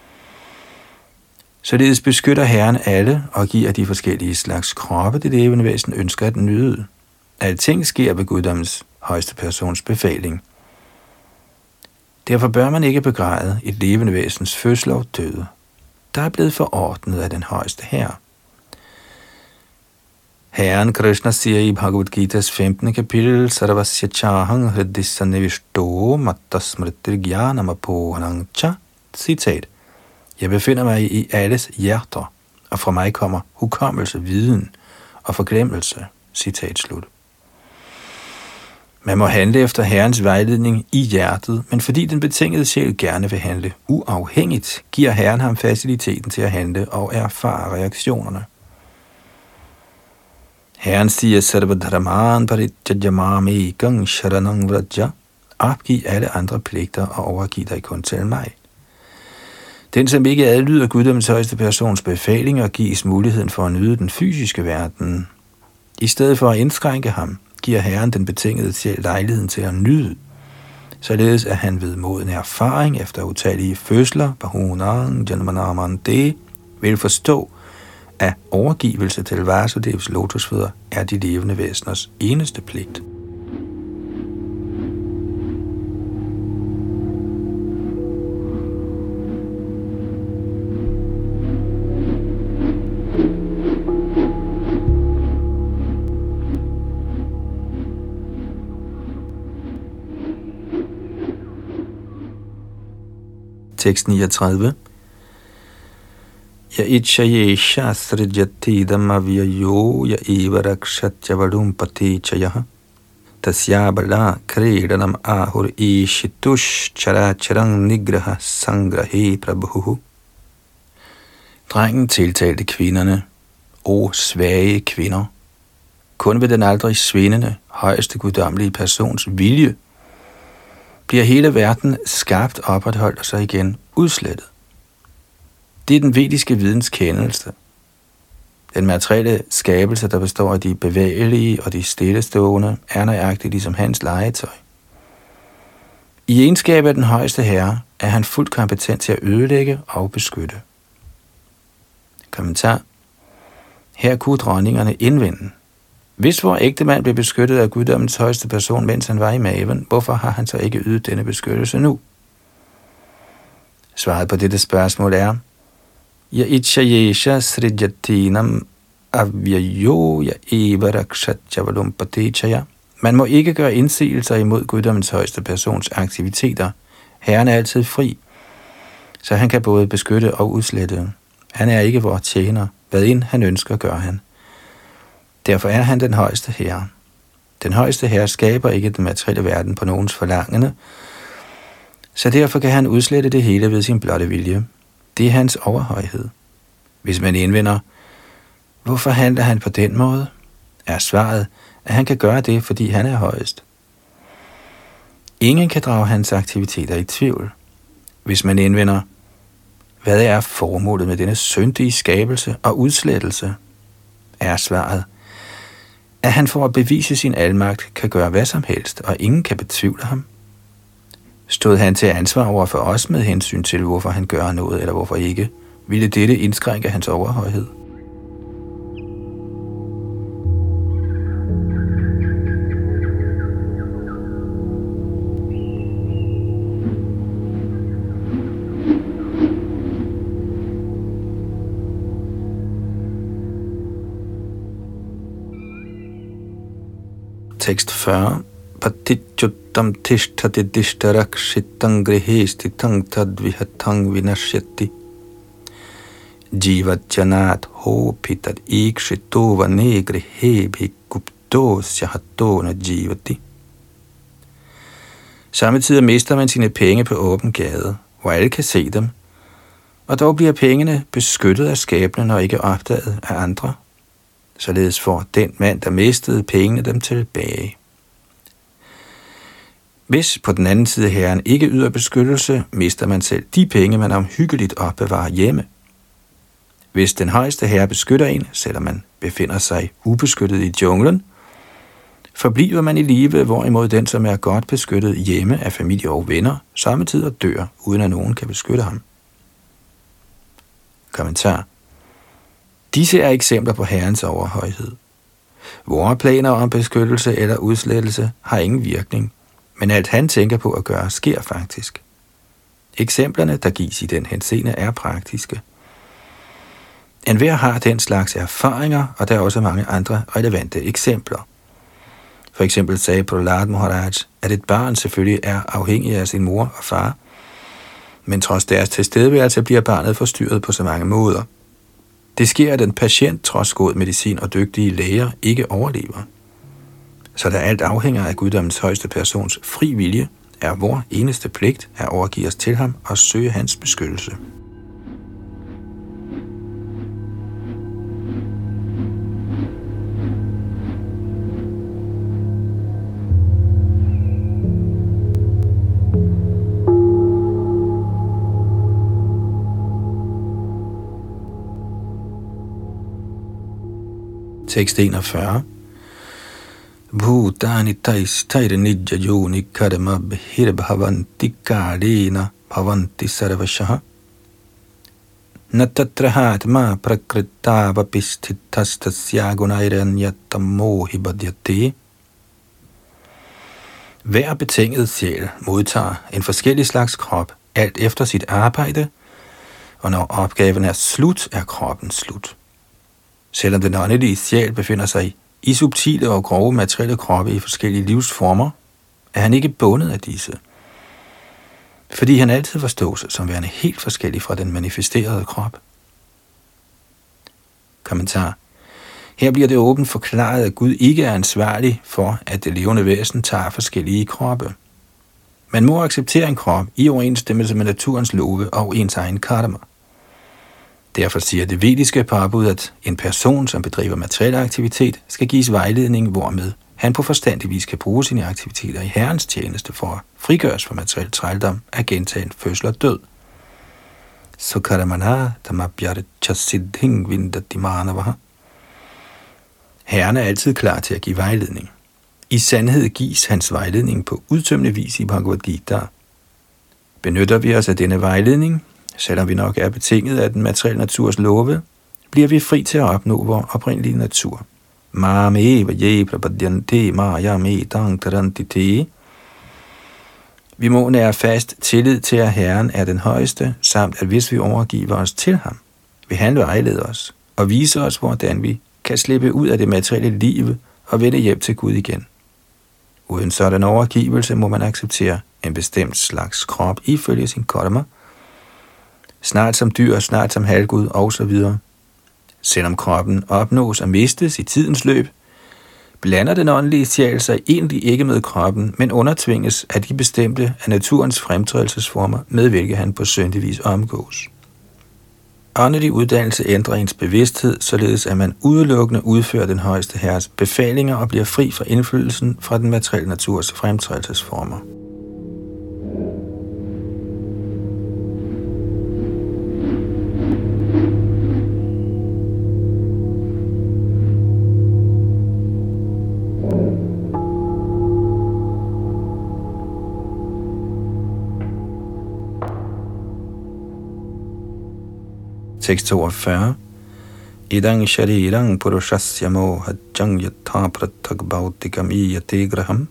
Således beskytter Herren alle og giver de forskellige slags kroppe, det levende væsen ønsker at nyde. Alting sker ved Guddommens højeste persons befaling. Derfor bør man ikke begræde et levende væsens fødsel og død, der er blevet forordnet af den højeste Herre. Herren Krishna siger i Bhagavad Gitas 15. kapitel, Sarvasya chahang hriddhissa nevishto mattasmritirgyanamapohanang cha, citat, jeg befinder mig i alles hjerter, og fra mig kommer hukommelse, viden og forglemmelse. Citat slut. Man må handle efter Herrens vejledning i hjertet, men fordi den betingede sjæl gerne vil handle uafhængigt, giver Herren ham faciliteten til at handle og erfare reaktionerne. Herren siger, Sarvadharaman paritjajamame gang sharanang vraja, opgiv alle andre pligter og overgiv dig kun til mig. Den, som ikke adlyder guddommens højeste persons befalinger, gives muligheden for at nyde den fysiske verden. I stedet for at indskrænke ham, giver Herren den betingede sjæl lejligheden til at nyde, således at han ved moden erfaring efter utallige fødsler, bahunang janmanamante, vil forstå, at overgivelse til Vasudevs lotusfødder er de levende væseners eneste pligt. Tekst 39. Ya ichaye shastrijati dhamavyayo ya eva rakshatya vadumpati chayaha tasyabala kredanam ahur ishitush characharang nigraha sangrahe prabhuhu. Drengen tiltalte kvinderne, o svage kvinder. Kun ved den aldrig svindende, højeste guddommelige persons vilje bliver hele verden skabt, opretholdt og så igen udslettet. Det er den vediske videns kendelse. Den materielle skabelse, der består af de bevægelige og de stillestående, er nøjagtigt ligesom hans legetøj. I egenskab af den højeste herre er han fuldt kompetent til at ødelægge og beskytte. Kommentar. Her kunne dronningerne indvende. Hvis vor ægtemand blev beskyttet af guddommens højeste person, mens han var i maven, hvorfor har han så ikke ydet denne beskyttelse nu? Svaret på dette spørgsmål er, Ya ichayesha srijatinam avyayo ya eva rakshatya vadumpati chaya. Man må ikke gøre indsigelser imod guddommens højeste persons aktiviteter. Herren er altid fri, så han kan både beskytte og udslette. Han er ikke vor tjener. Hvad end han ønsker, gør han. Derfor er han den højeste herre. Den højeste herre skaber ikke den materielle verden på nogens forlangende, så derfor kan han udslette det hele ved sin blotte vilje. Det er hans overhøjhed. Hvis man indvender, hvorfor handler han på den måde, er svaret, at han kan gøre det, fordi han er højest. Ingen kan drage hans aktiviteter i tvivl. Hvis man indvender, hvad er formålet med denne syndige skabelse og udslettelse, er svaret, at han for at bevise sin almagt kan gøre hvad som helst, og ingen kan betvivle ham. Stod han til ansvar over for os med hensyn til, hvorfor han gør noget eller hvorfor ikke, ville dette indskrænke hans overhøjhed. Tekst 40. Patitjuttam tishtati dishtarakshitang grihestitang tadvihatang vinashyati jivatjanat hopitat ikshito vane grihebhi gupto syahatona jivati. Samtidig mister man sine penge på åben gade, hvor alle kan se dem, og dog bliver pengene beskyttet af skabningen og ikke opdaget af andre. Således får den mand, der mistede pengene, dem tilbage. Hvis på den anden side herren ikke yder beskyttelse, mister man selv de penge, man omhyggeligt opbevarer hjemme. Hvis den højeste herre beskytter en, selvom man befinder sig ubeskyttet i junglen, forbliver man i live, hvorimod den, som er godt beskyttet hjemme af familie og venner, samtidig dør, uden at nogen kan beskytte ham. Kommentar. Disse er eksempler på herrens overhøjhed. Vore planer om beskyttelse eller udslettelse har ingen virkning, men alt han tænker på at gøre, sker faktisk. Eksemplerne, der gives i den henseende, er praktiske. Enhver har den slags erfaringer, og der er også mange andre relevante eksempler. For eksempel sagde Prahlad Maharaj, at et barn selvfølgelig er afhængig af sin mor og far, men trods deres tilstedeværelse bliver barnet forstyrret på så mange måder. Det sker, at en patient trods god medicin og dygtige læger ikke overlever. Så da alt afhænger af guddommens højeste persons fri vilje, er vor eneste pligt at overgive os til ham og søge hans beskyttelse. Tekst 41. Bhutani taisthaira nijja yoni karma bhir bhavanti kalena bhavanti sarvashaha natatrahatma prakrita vapisthitastasya gunairanyattam mohi badhyate. Hver betinget sjæl modtager en forskellig slags krop, alt efter sit arbejde, og når opgaven er slut, er kroppen slut. Selvom den åndelige sjæl befinder sig i subtile og grove materielle kroppe i forskellige livsformer, er han ikke bundet af disse, fordi han altid forstås som værende helt forskellig fra den manifesterede krop. Kommentar. Her bliver det åbent forklaret, at Gud ikke er ansvarlig for, at det levende væsen tager forskellige kroppe. Man må acceptere en krop i overensstemmelse med naturens love og ens egen karma. Derfor siger det vediske påbud, at en person, som bedriver materiel aktivitet, skal gives vejledning, hvormed han på forstandig vis kan bruge sine aktiviteter i Herrens tjeneste for at frigøres fra materiel trældom af gentagen fødsel og død. Så karamana tamabhyarcha siddhing vindati manavaha. Herren er altid klar til at give vejledning. I sandhed gives hans vejledning på udtømmende vis i Bhagavad Gita. Benytter vi os af denne vejledning, selvom vi nok er betinget af den materielle naturs love, bliver vi fri til at opnå vor oprindelige natur. Vi må nære fast tillid til, at Herren er den højeste, samt at hvis vi overgiver os til ham, vil han vejlede os og vise os, hvordan vi kan slippe ud af det materielle liv og vende hjem til Gud igen. Uden sådan overgivelse må man acceptere en bestemt slags krop ifølge sin karma, snart som dyr, snart som halvgud osv. Selvom kroppen opnås og mistes i tidens løb, blander den åndelige sjæl sig egentlig ikke med kroppen, men undertvinges af de bestemte af naturens fremtrædelsesformer, med hvilke han på syndig vis omgås. Åndelig uddannelse ændrer ens bevidsthed, således at man udelukkende udfører den højeste herres befalinger og bliver fri fra indflydelsen fra den materielle naturs fremtrædelsesformer. Tekst 42. Idang sharirang purushasya mohajjang yatha prathak bhautikam iyate graham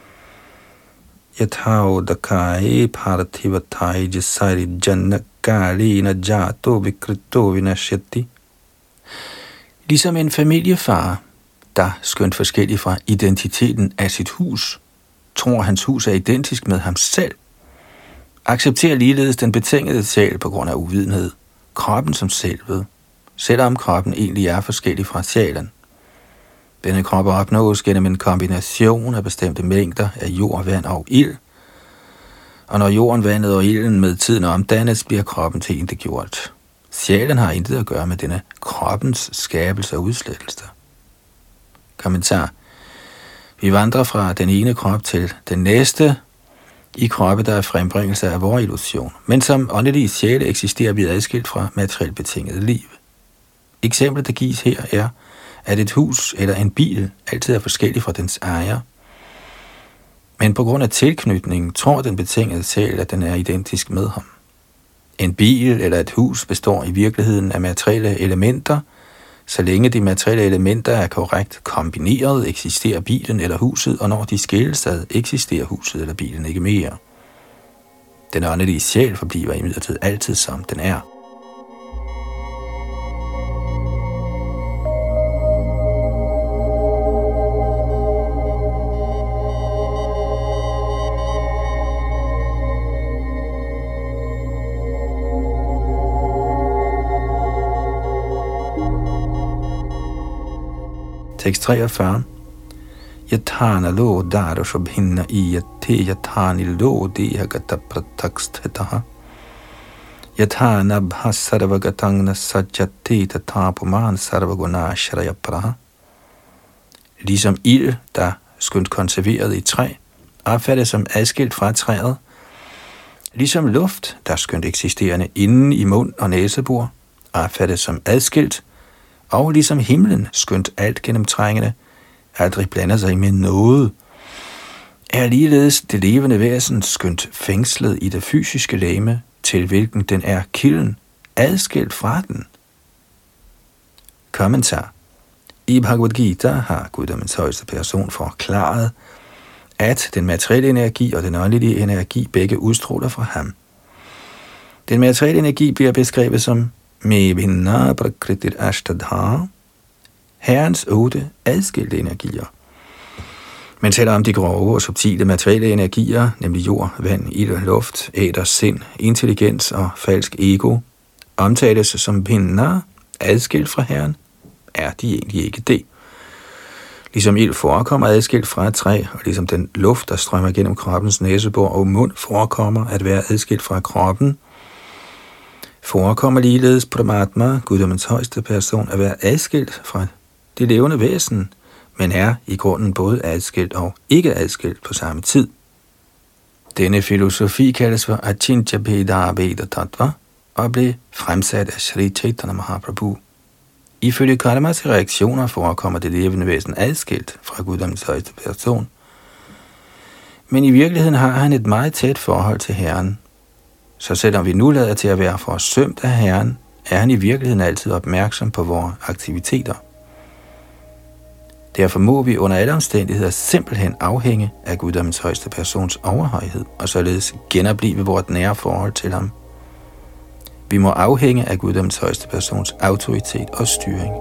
yathao dakai parthivathai jisari jannakalina jato vikrito vinashyati. Ligesom en familiefar, der skønt forskellig fra identiteten af sit hus, tror hans hus er identisk med ham selv, accepterer ligeledes den betingede sjæl på grund af uvidenhed kroppen som selvet, selvom kroppen egentlig er forskellig fra sjælen. Denne krop opnås gennem en kombination af bestemte mængder af jord, vand og ild, og når jorden, vandet og ilden med tiden omdannes, bliver kroppen tilintetgjort. Sjælen har intet at gøre med denne kroppens skabelse og udslettelse. Kommentar. Vi vandrer fra den ene krop til den næste, i kroppe, der er frembringelse af vores illusion, men som åndelige sjæle eksisterer vi adskilt fra materielt betinget liv. Eksemplet, der gives her, er, at et hus eller en bil altid er forskellig fra dens ejer, men på grund af tilknytningen tror den betingede sjæl, at den er identisk med ham. En bil eller et hus består i virkeligheden af materielle elementer. Så længe de materielle elementer er korrekt kombineret, eksisterer bilen eller huset, og når de skilles ad, eksisterer huset eller bilen ikke mere. Den åndelige sjæl forbliver imidlertid altid som den er. Tekst 43. Yatana lo darashobhinna iyate yatani lo dehagata pratakstetaha. Yatana bhasarvagatangna sajjate tatapuman sarvagunashraya. Ligesom ild, der skønt konserveret i træ, opfattes som adskilt fra træet, ligesom luft, der skønt eksisterende inde i mund og næsebor, opfattes som adskilt, og ligesom himlen, skønt alt gennemtrængende, aldrig blander sig med noget, er ligeledes det levende væsen skønt fængslet i det fysiske legeme, til hvilken den er kilden, adskilt fra den. Kommentar. I Bhagavad Gita har guddommens højeste person forklaret, at den materielle energi og den åndelige energi begge udstråler fra ham. Den materielle energi bliver beskrevet som Mevinna Prakritir Ashtadha, Herrens 8 adskilte energier. Men selvom de grove og subtile materielle energier, nemlig jord, vand, ild, luft, æter, sind, intelligens og falsk ego, omtales som Vinna, adskilt fra Herren, er de egentlig ikke det. Ligesom ild forekommer adskilt fra et træ, og ligesom den luft, der strømmer gennem kroppens næsebor og mund, forekommer at være adskilt fra kroppen, forekommer ligeledes Paramatma, guddommens højeste person, at være adskilt fra det levende væsen, men er i grunden både adskilt og ikke adskilt på samme tid. Denne filosofi kaldes for Achintya Bheda Veda Tattva og blev fremsat af Sri Chaitanya Mahaprabhu. Ifølge karmas reaktioner forekommer det levende væsen adskilt fra guddommens højeste person, men i virkeligheden har han et meget tæt forhold til Herren. Så selvom vi nu lader til at være forsømt af Herren, er han i virkeligheden altid opmærksom på vores aktiviteter. Derfor må vi under alle omstændigheder simpelthen afhænge af guddommens højeste persons overhøjhed, og således genoplive vores nære forhold til ham. Vi må afhænge af guddommens højeste persons autoritet og styring.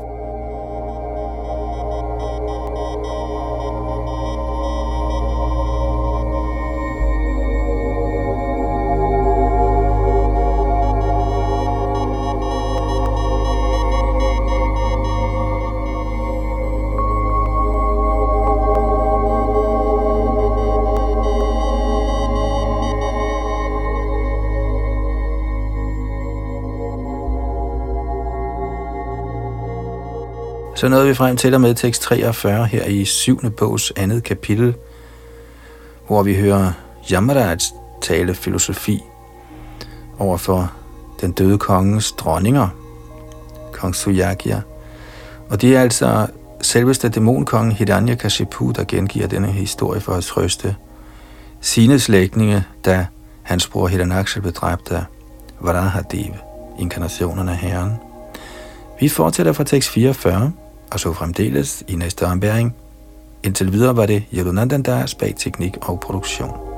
Så nåede vi frem til og med tekst 43 her i 7. bogs 2. kapitel, hvor vi hører Yamaraj tale filosofi overfor den døde kongens dronninger, kong Suyagya. Og det er altså selveste dæmonkongen Hiranyakashipu, der gengiver denne historie for at trøste sine slægtninge, da hans bror Hiranyaksha blev dræbt af Varahadeva, inkarnationen af Herren. Vi fortsætter fra tekst 44, og så fremdeles i næste ombæring. Indtil videre var det Yadunandandas bag teknik og produktion.